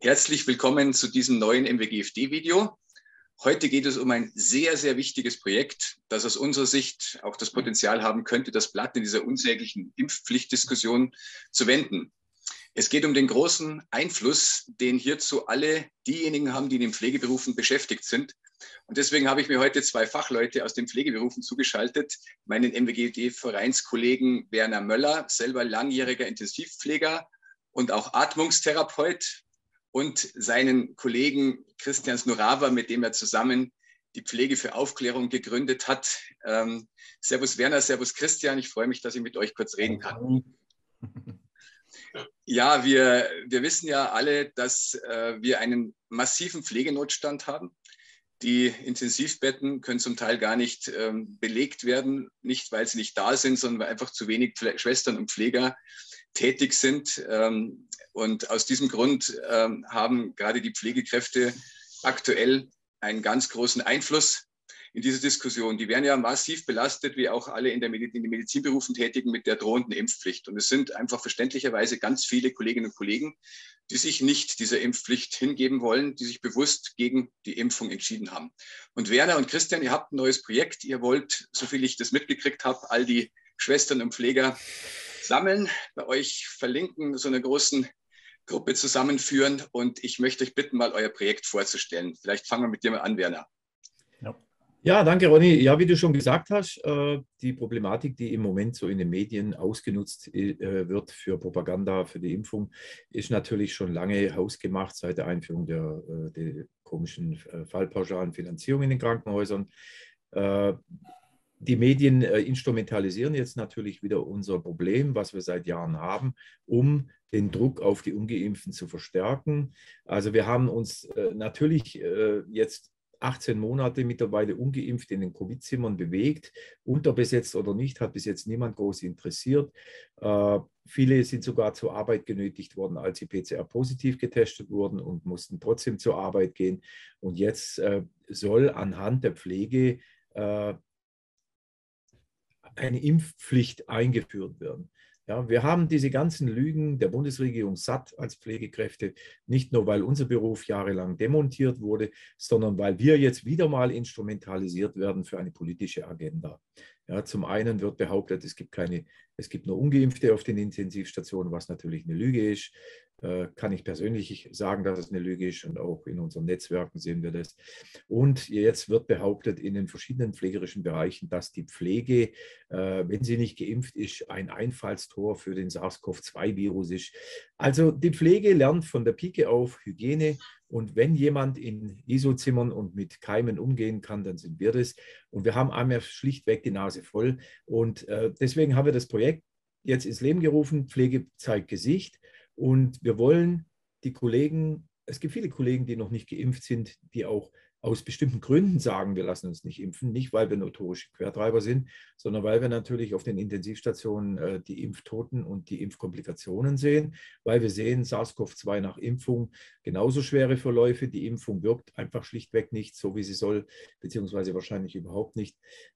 Herzlich willkommen zu diesem neuen MWGFD-Video. Heute geht es um ein sehr, sehr wichtiges Projekt, das aus unserer Sicht auch das Potenzial haben könnte, das Blatt in dieser unsäglichen Impfpflichtdiskussion zu wenden. Es geht um den großen Einfluss, den hierzu alle diejenigen haben, die in den Pflegeberufen beschäftigt sind. Und deswegen habe ich mir heute zwei Fachleute aus den Pflegeberufen zugeschaltet, meinen MWGFD-Vereinskollegen Werner Möller, selber langjähriger Intensivpfleger und auch Atmungstherapeut, und seinen Kollegen Christian Snorawa, mit dem er zusammen die Pflege für Aufklärung gegründet hat. Servus Werner, servus Christian, ich freue mich, dass ich mit euch kurz reden kann. Ja, wir wissen ja alle, dass wir einen massiven Pflegenotstand haben. Die Intensivbetten können zum Teil gar nicht belegt werden, nicht weil sie nicht da sind, sondern weil einfach zu wenig Schwestern und Pfleger tätig sind. Und aus diesem Grund haben gerade die Pflegekräfte aktuell einen ganz großen Einfluss in diese Diskussion. Die werden ja massiv belastet, wie auch alle in den Medizinberufen Tätigen, mit der drohenden Impfpflicht. Und es sind einfach verständlicherweise ganz viele Kolleginnen und Kollegen, die sich nicht dieser Impfpflicht hingeben wollen, die sich bewusst gegen die Impfung entschieden haben. Und Werner und Christian, ihr habt ein neues Projekt. Ihr wollt, soviel ich das mitgekriegt habe, all die Schwestern und Pfleger sammeln, bei euch verlinken, so einer großen Gruppe zusammenführen. Und ich möchte euch bitten, mal euer Projekt vorzustellen. Vielleicht fangen wir mit dir mal an, Werner. Ja, danke, Ronny. Ja, wie du schon gesagt hast, die Problematik, die im Moment so in den Medien ausgenutzt wird für Propaganda, für die Impfung, ist natürlich schon lange hausgemacht seit der Einführung der komischen fallpauschalen Finanzierung in den Krankenhäusern. Die Medien instrumentalisieren jetzt natürlich wieder unser Problem, was wir seit Jahren haben, um den Druck auf die Ungeimpften zu verstärken. Also wir haben uns natürlich jetzt 18 Monate mittlerweile ungeimpft in den Covid-Zimmern bewegt. Unterbesetzt oder nicht, hat bis jetzt niemand groß interessiert. Viele sind sogar zur Arbeit genötigt worden, als sie PCR-positiv getestet wurden und mussten trotzdem zur Arbeit gehen. Und jetzt soll anhand der Pflege eine Impfpflicht eingeführt werden. Ja, wir haben diese ganzen Lügen der Bundesregierung satt als Pflegekräfte, nicht nur, weil unser Beruf jahrelang demontiert wurde, sondern weil wir jetzt wieder mal instrumentalisiert werden für eine politische Agenda. Ja, zum einen wird behauptet, es gibt nur Ungeimpfte auf den Intensivstationen, was natürlich eine Lüge ist. Kann ich persönlich sagen, dass es eine Lüge ist, und auch in unseren Netzwerken sehen wir das. Und jetzt wird behauptet in den verschiedenen pflegerischen Bereichen, dass die Pflege, wenn sie nicht geimpft ist, ein Einfallstor für den SARS-CoV-2-Virus ist. Also die Pflege lernt von der Pike auf Hygiene. Und wenn jemand in ISO-Zimmern und mit Keimen umgehen kann, dann sind wir das. Und wir haben einmal schlichtweg die Nase voll. Und deswegen haben wir das Projekt jetzt ins Leben gerufen, Pflege zeigt Gesicht. Und wir wollen die Kollegen, es gibt viele Kollegen, die noch nicht geimpft sind, die auch aus bestimmten Gründen sagen, wir lassen uns nicht impfen. Nicht, weil wir notorische Quertreiber sind, sondern weil wir natürlich auf den Intensivstationen die Impftoten und die Impfkomplikationen sehen, weil wir sehen, SARS-CoV-2 nach Impfung genauso schwere Verläufe. Die Impfung wirkt einfach schlichtweg nicht so, wie sie soll, beziehungsweise wahrscheinlich überhaupt nicht.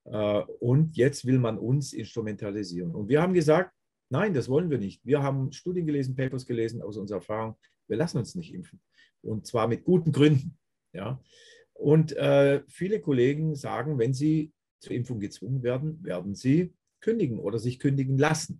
Und jetzt will man uns instrumentalisieren. Und wir haben gesagt, nein, das wollen wir nicht. Wir haben Studien gelesen, Papers gelesen aus unserer Erfahrung. Wir lassen uns nicht impfen. Und zwar mit guten Gründen. Ja. Und viele Kollegen sagen, wenn sie zur Impfung gezwungen werden, werden sie kündigen oder sich kündigen lassen.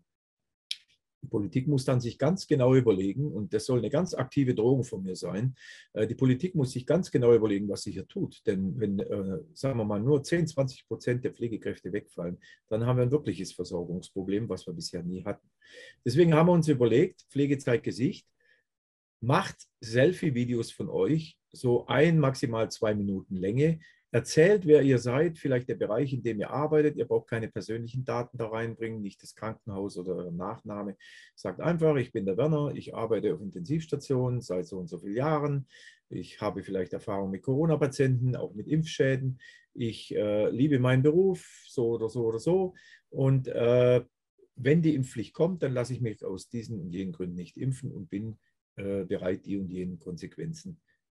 Die Politik muss dann sich ganz genau überlegen, und das soll eine ganz aktive Drohung von mir sein, die Politik muss sich ganz genau überlegen, was sie hier tut. Denn wenn, sagen wir mal, nur 10–20% der Pflegekräfte wegfallen, dann haben wir ein wirkliches Versorgungsproblem, was wir bisher nie hatten. Deswegen haben wir uns überlegt, Pflege zeigt Gesicht, macht Selfie-Videos von euch, so maximal 2 Minuten Länge. Erzählt, wer ihr seid, vielleicht der Bereich, in dem ihr arbeitet. Ihr braucht keine persönlichen Daten da reinbringen, nicht das Krankenhaus oder euer Nachname. Sagt einfach, ich bin der Werner, ich arbeite auf Intensivstationen seit so und so vielen Jahren. Ich habe vielleicht Erfahrung mit Corona-Patienten, auch mit Impfschäden. Ich liebe meinen Beruf, so oder so oder so. Und wenn die Impfpflicht kommt, dann lasse ich mich aus diesen und jenen Gründen nicht impfen und bin bereit, die und jenen Konsequenzen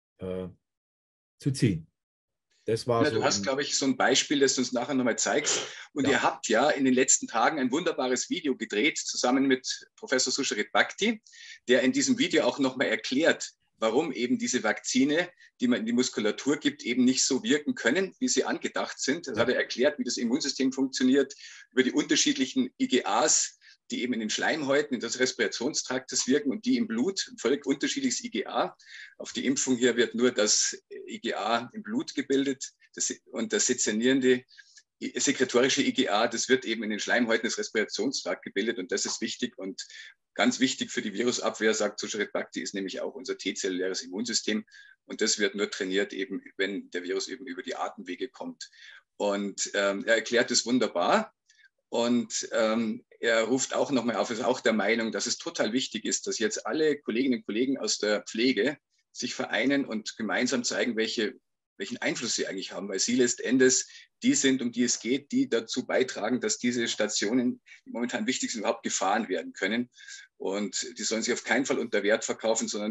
zu ziehen. Das war Du hast, glaube ich, so ein Beispiel, das du uns nachher nochmal zeigst. Und ihr habt ja in den letzten Tagen ein wunderbares Video gedreht, zusammen mit Professor Susharit Bhakti, der in diesem Video auch nochmal erklärt, warum eben diese Vakzine, die man in die Muskulatur gibt, eben nicht so wirken können, wie sie angedacht sind. Das hat er erklärt, wie das Immunsystem funktioniert, über die unterschiedlichen IgAs, die eben in den Schleimhäuten, in des Respirationstraktes wirken und die im Blut, ein völlig unterschiedliches IgA. Auf die Impfung hier wird nur das IgA im Blut gebildet und das sezernierende sekretorische IgA, das wird eben in den Schleimhäuten des Respirationstrakts gebildet und das ist wichtig und ganz wichtig für die Virusabwehr, sagt Sucharit Bhakti, ist nämlich auch unser T-zelluläres Immunsystem und das wird nur trainiert, eben wenn der Virus eben über die Atemwege kommt. Und er erklärt es wunderbar und er ruft auch nochmal auf, ist auch der Meinung, dass es total wichtig ist, dass jetzt alle Kolleginnen und Kollegen aus der Pflege sich vereinen und gemeinsam zeigen, welchen Einfluss sie eigentlich haben, weil sie letztendlich die sind, um die es geht, die dazu beitragen, dass diese Stationen, die momentan wichtig sind, überhaupt gefahren werden können. Und die sollen sich auf keinen Fall unter Wert verkaufen, sondern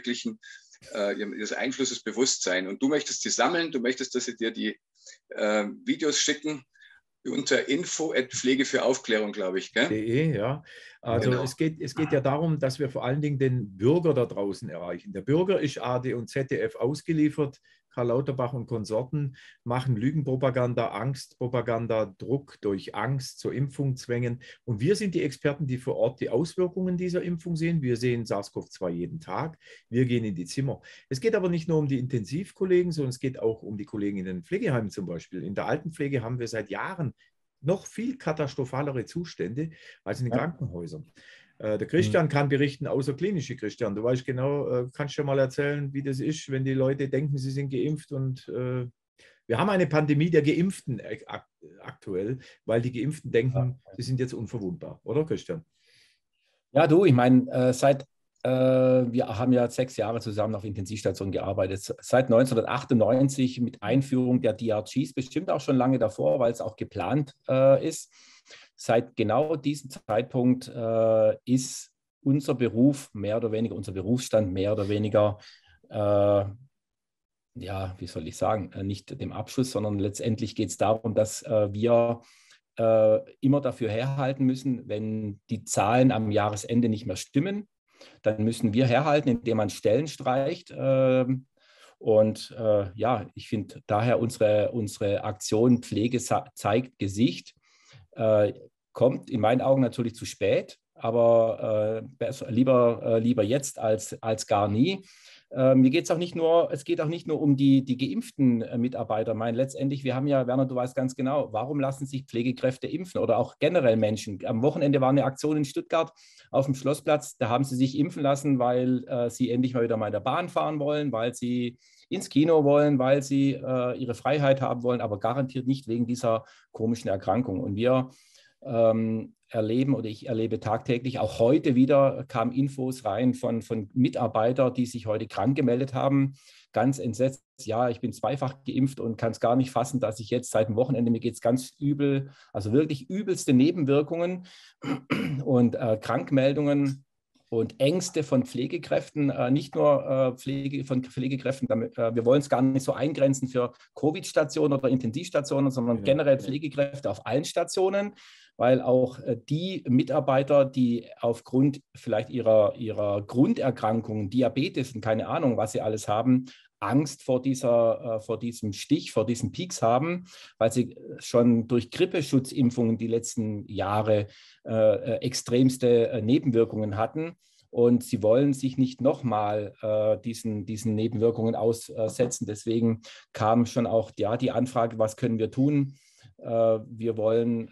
ihres Einflusses bewusst sein. Und du möchtest sie sammeln, du möchtest, dass sie dir die Videos schicken unter info@Pflege für Aufklärung, glaube ich. Gell? Ja. Also Genau. es geht ja darum, dass wir vor allen Dingen den Bürger da draußen erreichen. Der Bürger ist ARD und ZDF ausgeliefert. Karl Lauterbach und Konsorten machen Lügenpropaganda, Angstpropaganda, Druck durch Angst zur Impfung zwängen. Und wir sind die Experten, die vor Ort die Auswirkungen dieser Impfung sehen. Wir sehen SARS-CoV-2 jeden Tag. Wir gehen in die Zimmer. Es geht aber nicht nur um die Intensivkollegen, sondern es geht auch um die Kollegen in den Pflegeheimen zum Beispiel. In der Altenpflege haben wir seit Jahren noch viel katastrophalere Zustände als in den Krankenhäusern. Der Christian kann berichten, außer klinische Christian. Du weißt genau, kannst du mal erzählen, wie das ist, wenn die Leute denken, sie sind geimpft. Und wir haben eine Pandemie der Geimpften aktuell, weil die Geimpften denken, sie sind jetzt unverwundbar. Oder, Christian? Ja, du, ich meine, wir haben ja 6 Jahre zusammen auf Intensivstationen gearbeitet. Seit 1998 mit Einführung der DRGs, bestimmt auch schon lange davor, weil es auch geplant ist. Seit genau diesem Zeitpunkt ist unser Beruf mehr oder weniger, unser Berufsstand mehr oder weniger, ja, wie soll ich sagen, nicht dem Abschluss, sondern letztendlich geht es darum, dass wir immer dafür herhalten müssen, wenn die Zahlen am Jahresende nicht mehr stimmen, dann müssen wir herhalten, indem man Stellen streicht. Und ja, ich finde daher unsere Aktion Pflege zeigt Gesicht, kommt in meinen Augen natürlich zu spät, aber lieber jetzt als gar nie. Mir geht es auch nicht nur, um die geimpften Mitarbeiter. Ich meine, letztendlich, wir haben ja, Werner, du weißt ganz genau, warum lassen sich Pflegekräfte impfen oder auch generell Menschen? Am Wochenende war eine Aktion in Stuttgart auf dem Schlossplatz, da haben sie sich impfen lassen, weil sie endlich mal wieder mal in der Bahn fahren wollen, weil sie ins Kino wollen, weil sie ihre Freiheit haben wollen, aber garantiert nicht wegen dieser komischen Erkrankung. Und wir erleben oder ich erlebe tagtäglich, auch heute wieder kamen Infos rein von Mitarbeitern, die sich heute krank gemeldet haben, ganz entsetzt, ja, ich bin zweifach geimpft und kann es gar nicht fassen, dass ich jetzt seit dem Wochenende, mir geht es ganz übel, also wirklich übelste Nebenwirkungen und Krankmeldungen und Ängste von Pflegekräften, nicht nur von Pflegekräften, wir wollen es gar nicht so eingrenzen für Covid-Stationen oder Intensivstationen, sondern generell Pflegekräfte auf allen Stationen, weil auch die Mitarbeiter, die aufgrund vielleicht ihrer Grunderkrankungen, Diabetes und keine Ahnung, was sie alles haben, Angst vor diesem Stich, vor diesen Peaks haben, weil sie schon durch Grippeschutzimpfungen die letzten Jahre extremste Nebenwirkungen hatten. Und sie wollen sich nicht nochmal diesen Nebenwirkungen aussetzen. Deswegen kam schon auch die Anfrage, was können wir tun? Wir wollen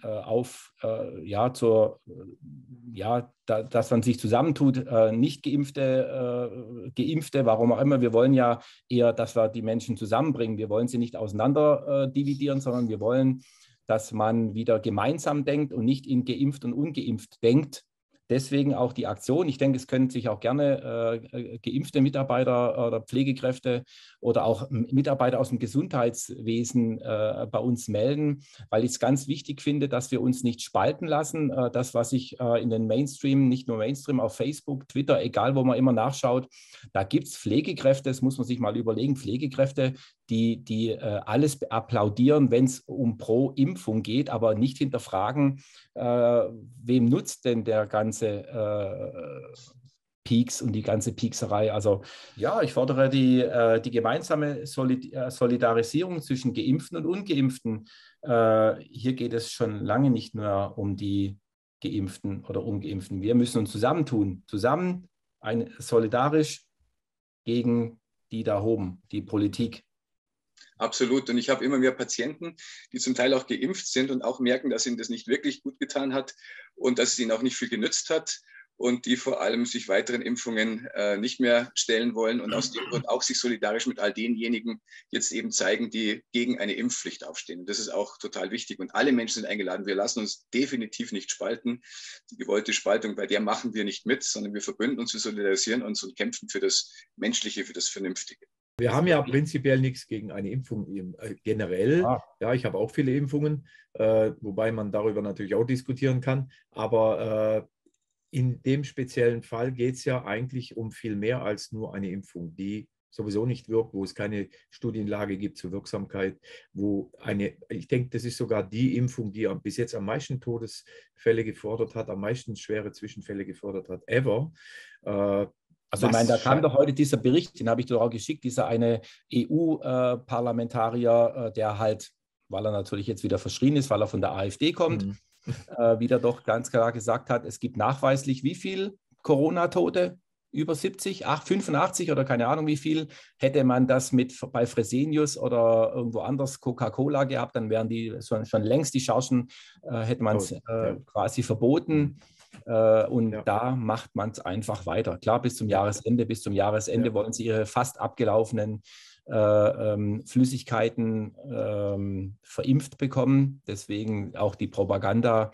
dass man sich zusammentut, nicht Geimpfte, warum auch immer. Wir wollen ja eher, dass wir die Menschen zusammenbringen. Wir wollen sie nicht auseinander dividieren, sondern wir wollen, dass man wieder gemeinsam denkt und nicht in geimpft und ungeimpft denkt. Deswegen auch die Aktion. Ich denke, es können sich auch gerne geimpfte Mitarbeiter oder Pflegekräfte oder auch Mitarbeiter aus dem Gesundheitswesen bei uns melden, weil ich es ganz wichtig finde, dass wir uns nicht spalten lassen. Das, was ich in den Mainstream, nicht nur Mainstream, auf Facebook, Twitter, egal wo man immer nachschaut, da gibt es Pflegekräfte, das muss man sich mal überlegen, Pflegekräfte, die alles applaudieren, wenn es um Pro-Impfung geht, aber nicht hinterfragen, wem nutzt denn der ganze Peaks und die ganze Piekserei. Also ja, ich fordere die gemeinsame Solidarisierung zwischen Geimpften und Ungeimpften. Hier geht es schon lange nicht nur um die Geimpften oder Ungeimpften. Wir müssen uns zusammentun, solidarisch gegen die da oben, die Politik. Absolut. Und ich habe immer mehr Patienten, die zum Teil auch geimpft sind und auch merken, dass ihnen das nicht wirklich gut getan hat und dass es ihnen auch nicht viel genützt hat und die vor allem sich weiteren Impfungen nicht mehr stellen wollen und aus dem Grund auch sich solidarisch mit all denjenigen jetzt eben zeigen, die gegen eine Impfpflicht aufstehen. Und das ist auch total wichtig. Und alle Menschen sind eingeladen. Wir lassen uns definitiv nicht spalten. Die gewollte Spaltung, bei der machen wir nicht mit, sondern wir verbünden uns, wir solidarisieren uns und kämpfen für das Menschliche, für das Vernünftige. Wir haben ja prinzipiell nichts gegen eine Impfung generell. Ja, ich habe auch viele Impfungen, wobei man darüber natürlich auch diskutieren kann. Aber in dem speziellen Fall geht es ja eigentlich um viel mehr als nur eine Impfung, die sowieso nicht wirkt, wo es keine Studienlage gibt zur Wirksamkeit, ich denke, das ist sogar die Impfung, die bis jetzt am meisten Todesfälle gefordert hat, am meisten schwere Zwischenfälle gefordert hat, ever. Also ich meine, da kam doch heute dieser Bericht, den habe ich dir auch geschickt, dieser eine EU-Parlamentarier, der halt, weil er natürlich jetzt wieder verschrien ist, weil er von der AfD kommt, wieder doch ganz klar gesagt hat, es gibt nachweislich wie viel Corona-Tote? Über 70, 85 oder keine Ahnung wie viel. Hätte man das bei Fresenius oder irgendwo anders Coca-Cola gehabt, dann wären die schon längst die Chargen, hätte man es quasi verboten. Da macht man es einfach weiter. Klar, bis zum Jahresende wollen sie ihre fast abgelaufenen Flüssigkeiten verimpft bekommen. Deswegen auch die Propaganda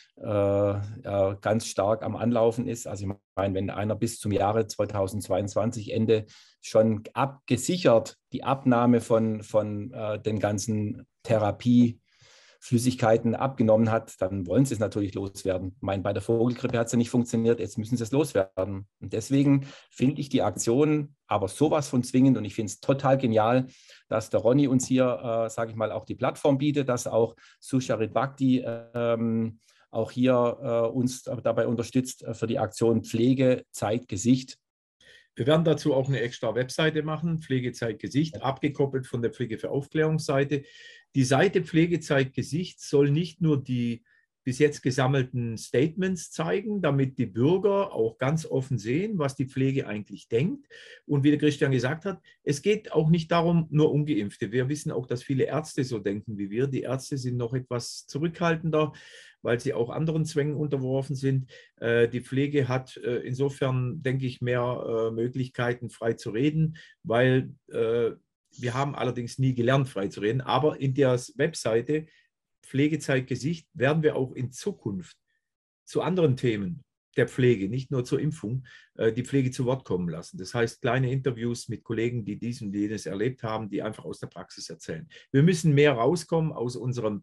ganz stark am Anlaufen ist. Also ich meine, wenn einer bis zum Jahre 2022 Ende schon abgesichert die Abnahme von den ganzen Therapieflüssigkeiten abgenommen hat, dann wollen sie es natürlich loswerden. Ich meine, bei der Vogelgrippe hat es ja nicht funktioniert, jetzt müssen sie es loswerden. Und deswegen finde ich die Aktion aber sowas von zwingend und ich finde es total genial, dass der Ronny uns hier, sage ich mal, auch die Plattform bietet, dass auch Susharit Bhakti auch hier uns dabei unterstützt für die Aktion Pflege, Zeit, Gesicht. Wir werden dazu auch eine extra Webseite machen, Pflege, Zeit, Gesicht, abgekoppelt von der Pflege für Aufklärungsseite. Die Seite Pflege, Zeit, Gesicht soll nicht nur die bis jetzt gesammelten Statements zeigen, damit die Bürger auch ganz offen sehen, was die Pflege eigentlich denkt. Und wie der Christian gesagt hat, es geht auch nicht darum, nur Ungeimpfte. Wir wissen auch, dass viele Ärzte so denken wie wir. Die Ärzte sind noch etwas zurückhaltender, weil sie auch anderen Zwängen unterworfen sind. Die Pflege hat insofern, denke ich, mehr Möglichkeiten, frei zu reden, weil wir haben allerdings nie gelernt, frei zu reden. Aber in der Webseite Pflegezeit Gesicht werden wir auch in Zukunft zu anderen Themen der Pflege, nicht nur zur Impfung, die Pflege zu Wort kommen lassen. Das heißt, kleine Interviews mit Kollegen, die dies und jenes erlebt haben, die einfach aus der Praxis erzählen. Wir müssen mehr rauskommen aus unserem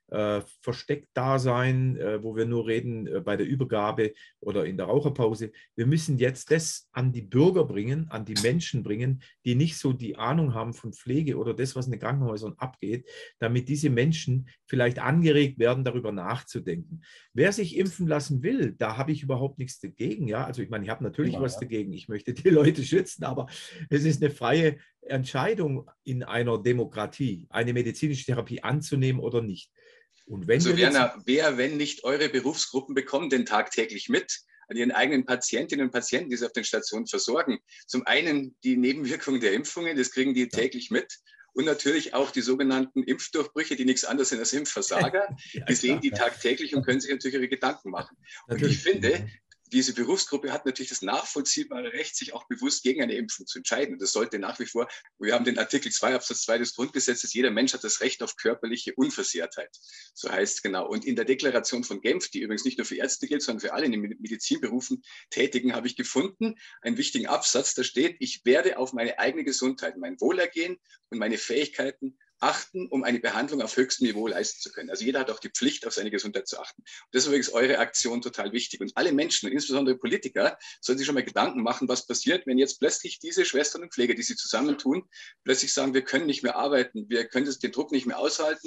Versteckdasein, wo wir nur reden bei der Übergabe oder in der Raucherpause. Wir müssen jetzt das an die Bürger bringen, an die Menschen bringen, die nicht so die Ahnung haben von Pflege oder das, was in den Krankenhäusern abgeht, damit diese Menschen vielleicht angeregt werden, darüber nachzudenken. Wer sich impfen lassen will, da habe ich überhaupt nichts dagegen. Ja? Also ich meine, ich habe natürlich was dagegen. Ich möchte die Leute schützen, aber es ist eine freie Entscheidung in einer Demokratie, eine medizinische Therapie anzunehmen oder nicht. Und wenn also Werner, wer, wenn nicht eure Berufsgruppen, bekommen denn tagtäglich mit an ihren eigenen Patientinnen und Patienten, die sie auf den Stationen versorgen? Zum einen die Nebenwirkungen der Impfungen, das kriegen die täglich mit. Und natürlich auch die sogenannten Impfdurchbrüche, die nichts anderes sind als Impfversager. Die sehen die tagtäglich und können sich natürlich ihre Gedanken machen. Und ich finde, diese Berufsgruppe hat natürlich das nachvollziehbare Recht, sich auch bewusst gegen eine Impfung zu entscheiden. Und das sollte nach wie vor, wir haben den Artikel 2 Absatz 2 des Grundgesetzes, jeder Mensch hat das Recht auf körperliche Unversehrtheit. So heißt genau. Und in der Deklaration von Genf, die übrigens nicht nur für Ärzte gilt, sondern für alle in den Medizinberufen Tätigen, habe ich gefunden, einen wichtigen Absatz, da steht, ich werde auf meine eigene Gesundheit, mein Wohlergehen und meine Fähigkeiten achten, um eine Behandlung auf höchstem Niveau leisten zu können. Also jeder hat auch die Pflicht, auf seine Gesundheit zu achten. Und deswegen ist eure Aktion total wichtig. Und alle Menschen, und insbesondere Politiker, sollen sich schon mal Gedanken machen, was passiert, wenn jetzt plötzlich diese Schwestern und Pfleger, die sie zusammentun, plötzlich sagen, wir können nicht mehr arbeiten, wir können den Druck nicht mehr aushalten,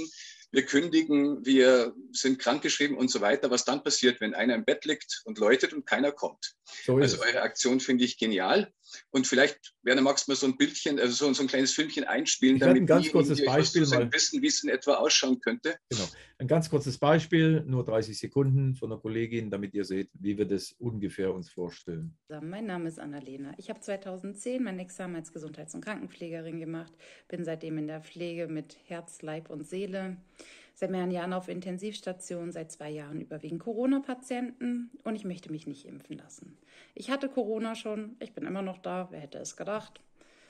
wir kündigen, wir sind krankgeschrieben und so weiter. Was dann passiert, wenn einer im Bett liegt und läutet und keiner kommt? So ist Also es. eure Aktion finde ich genial. Und vielleicht, Werner, magst du mal so ein Bildchen, also so ein kleines Filmchen einspielen, Ich werde damit ein ganz diejenigen, kurzes die euch was Beispiel zu sagen, mal. wissen, wie es in etwa ausschauen könnte. Genau. Ein ganz kurzes Beispiel, nur 30 Sekunden von der Kollegin, damit ihr seht, wie wir das ungefähr uns vorstellen. Mein Name ist Annalena. Ich habe 2010 mein Examen als Gesundheits- und Krankenpflegerin gemacht, bin seitdem in der Pflege mit Herz, Leib und Seele, seit mehreren Jahren auf Intensivstation, seit 2 Jahren überwiegend Corona-Patienten und ich möchte mich nicht impfen lassen. Ich hatte Corona schon, ich bin immer noch da, wer hätte es gedacht?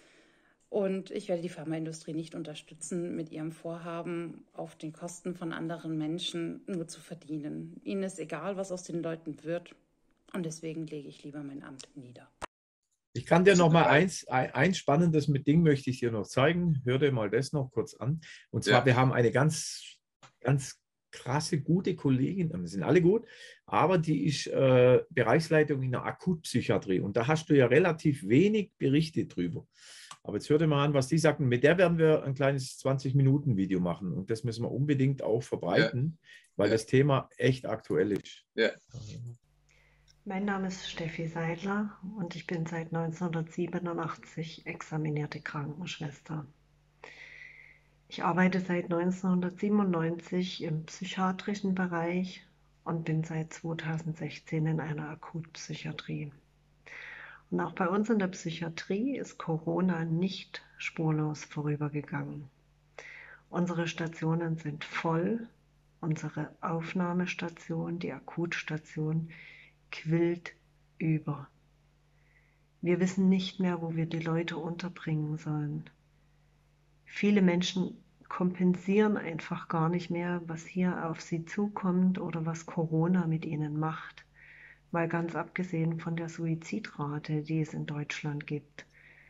Und ich werde die Pharmaindustrie nicht unterstützen, mit ihrem Vorhaben auf den Kosten von anderen Menschen nur zu verdienen. Ihnen ist egal, was aus den Leuten wird. Und deswegen lege ich lieber mein Amt nieder. Ich kann dir noch mal ein spannendes Ding möchte ich dir noch zeigen. Hör dir mal das noch kurz an. Und zwar, wir haben eine ganz krasse, gute Kollegin, wir sind alle gut, aber die ist Bereichsleitung in der Akutpsychiatrie. Und da hast du ja relativ wenig Berichte drüber. Aber jetzt hör dir mal an, was die sagten. Mit der werden wir ein kleines 20-Minuten-Video machen. Und das müssen wir unbedingt auch verbreiten, weil das Thema echt aktuell ist. Ja. Mein Name ist Steffi Seidler und ich bin seit 1987 examinierte Krankenschwester. Ich arbeite seit 1997 im psychiatrischen Bereich und bin seit 2016 in einer Akutpsychiatrie. Und auch bei uns in der Psychiatrie ist Corona nicht spurlos vorübergegangen. Unsere Stationen sind voll, unsere Aufnahmestation, die Akutstation, quillt über. Wir wissen nicht mehr, wo wir die Leute unterbringen sollen. Viele Menschen kompensieren einfach gar nicht mehr, was hier auf sie zukommt oder was Corona mit ihnen macht. Mal ganz abgesehen von der Suizidrate, die es in Deutschland gibt.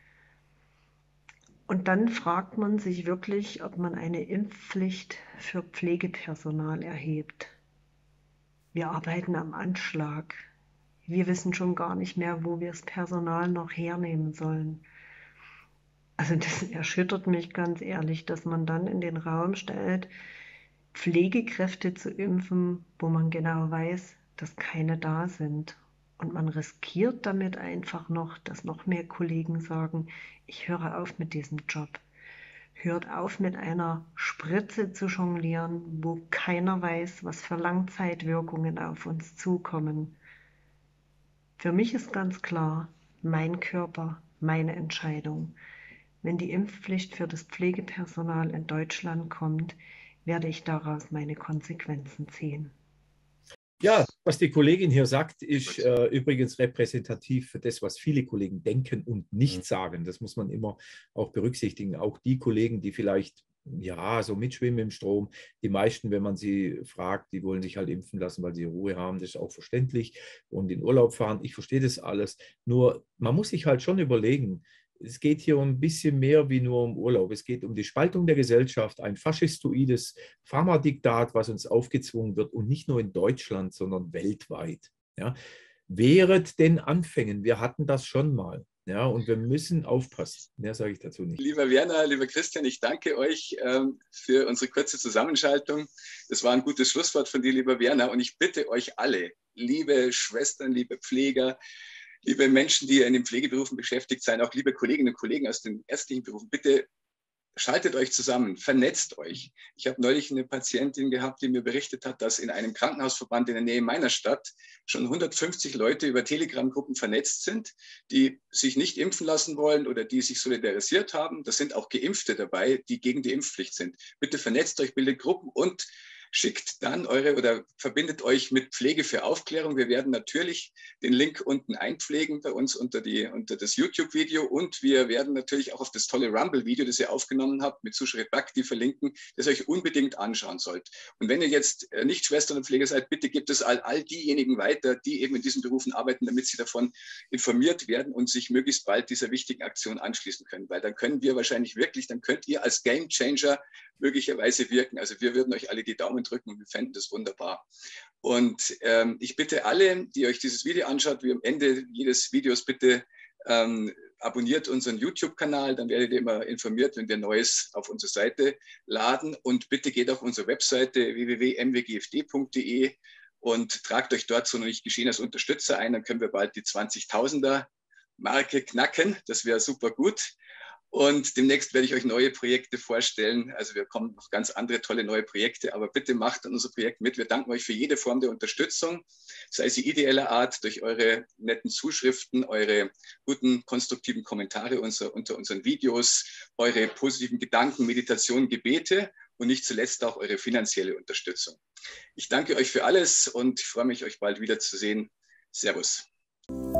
Und dann fragt man sich wirklich, ob man eine Impfpflicht für Pflegepersonal erhebt. Wir arbeiten am Anschlag. Wir wissen schon gar nicht mehr, wo wir das Personal noch hernehmen sollen. Also das erschüttert mich ganz ehrlich, dass man dann in den Raum stellt, Pflegekräfte zu impfen, wo man genau weiß, dass keine da sind. Und man riskiert damit einfach noch, dass noch mehr Kollegen sagen, ich höre auf mit diesem Job. Hört auf mit einer Spritze zu jonglieren, wo keiner weiß, was für Langzeitwirkungen auf uns zukommen. Für mich ist ganz klar, mein Körper, meine Entscheidung. Wenn die Impfpflicht für das Pflegepersonal in Deutschland kommt, werde ich daraus meine Konsequenzen ziehen. Ja, was die Kollegin hier sagt, ist übrigens repräsentativ für das, was viele Kollegen denken und nicht sagen. Das muss man immer auch berücksichtigen. Auch die Kollegen, die vielleicht ja so mitschwimmen im Strom, die meisten, wenn man sie fragt, die wollen sich halt impfen lassen, weil sie Ruhe haben. Das ist auch verständlich. Und in Urlaub fahren, ich verstehe das alles. Nur man muss sich halt schon überlegen, es geht hier um ein bisschen mehr wie nur um Urlaub. Es geht um die Spaltung der Gesellschaft, ein faschistoides Pharmadiktat, was uns aufgezwungen wird und nicht nur in Deutschland, sondern weltweit. Ja. Wehret den Anfängen. Wir hatten das schon mal. Ja, und wir müssen aufpassen. Mehr sage ich dazu nicht. Lieber Werner, lieber Christian, ich danke euch für unsere kurze Zusammenschaltung. Das war ein gutes Schlusswort von dir, lieber Werner. Und ich bitte euch alle, liebe Schwestern, liebe Pfleger, liebe Menschen, die in den Pflegeberufen beschäftigt sind, auch liebe Kolleginnen und Kollegen aus den ärztlichen Berufen, bitte schaltet euch zusammen, vernetzt euch. Ich habe neulich eine Patientin gehabt, die mir berichtet hat, dass in einem Krankenhausverband in der Nähe meiner Stadt schon 150 Leute über Telegram-Gruppen vernetzt sind, die sich nicht impfen lassen wollen oder die sich solidarisiert haben. Da sind auch Geimpfte dabei, die gegen die Impfpflicht sind. Bitte vernetzt euch, bildet Gruppen und schickt dann oder verbindet euch mit Pflege für Aufklärung. Wir werden natürlich den Link unten einpflegen bei uns unter das YouTube-Video und wir werden natürlich auch auf das tolle Rumble-Video, das ihr aufgenommen habt, mit Sushrit Bhakti verlinken, das ihr euch unbedingt anschauen sollt. Und wenn ihr jetzt nicht Schwestern und Pfleger seid, bitte gebt es all diejenigen weiter, die eben in diesen Berufen arbeiten, damit sie davon informiert werden und sich möglichst bald dieser wichtigen Aktion anschließen können. Weil dann können wir wahrscheinlich wirklich, dann könnt ihr als Game Changer möglicherweise wirken. Also wir würden euch alle die Daumen drücken und wir fänden das wunderbar. Und ich bitte alle, die euch dieses Video anschaut, wie am Ende jedes Videos bitte abonniert unseren YouTube-Kanal, dann werdet ihr immer informiert, wenn wir Neues auf unsere Seite laden. Und bitte geht auf unsere Webseite www.mwgfd.de und tragt euch dort so noch nicht geschehen als Unterstützer ein. Dann können wir bald die 20.000er-Marke knacken. Das wäre super gut. Und demnächst werde ich euch neue Projekte vorstellen. Also wir kommen noch ganz andere tolle neue Projekte, aber bitte macht an unser Projekt mit. Wir danken euch für jede Form der Unterstützung, sei sie ideeller Art, durch eure netten Zuschriften, eure guten, konstruktiven Kommentare unter unseren Videos, eure positiven Gedanken, Meditationen, Gebete und nicht zuletzt auch eure finanzielle Unterstützung. Ich danke euch für alles und freue mich, euch bald wiederzusehen. Servus.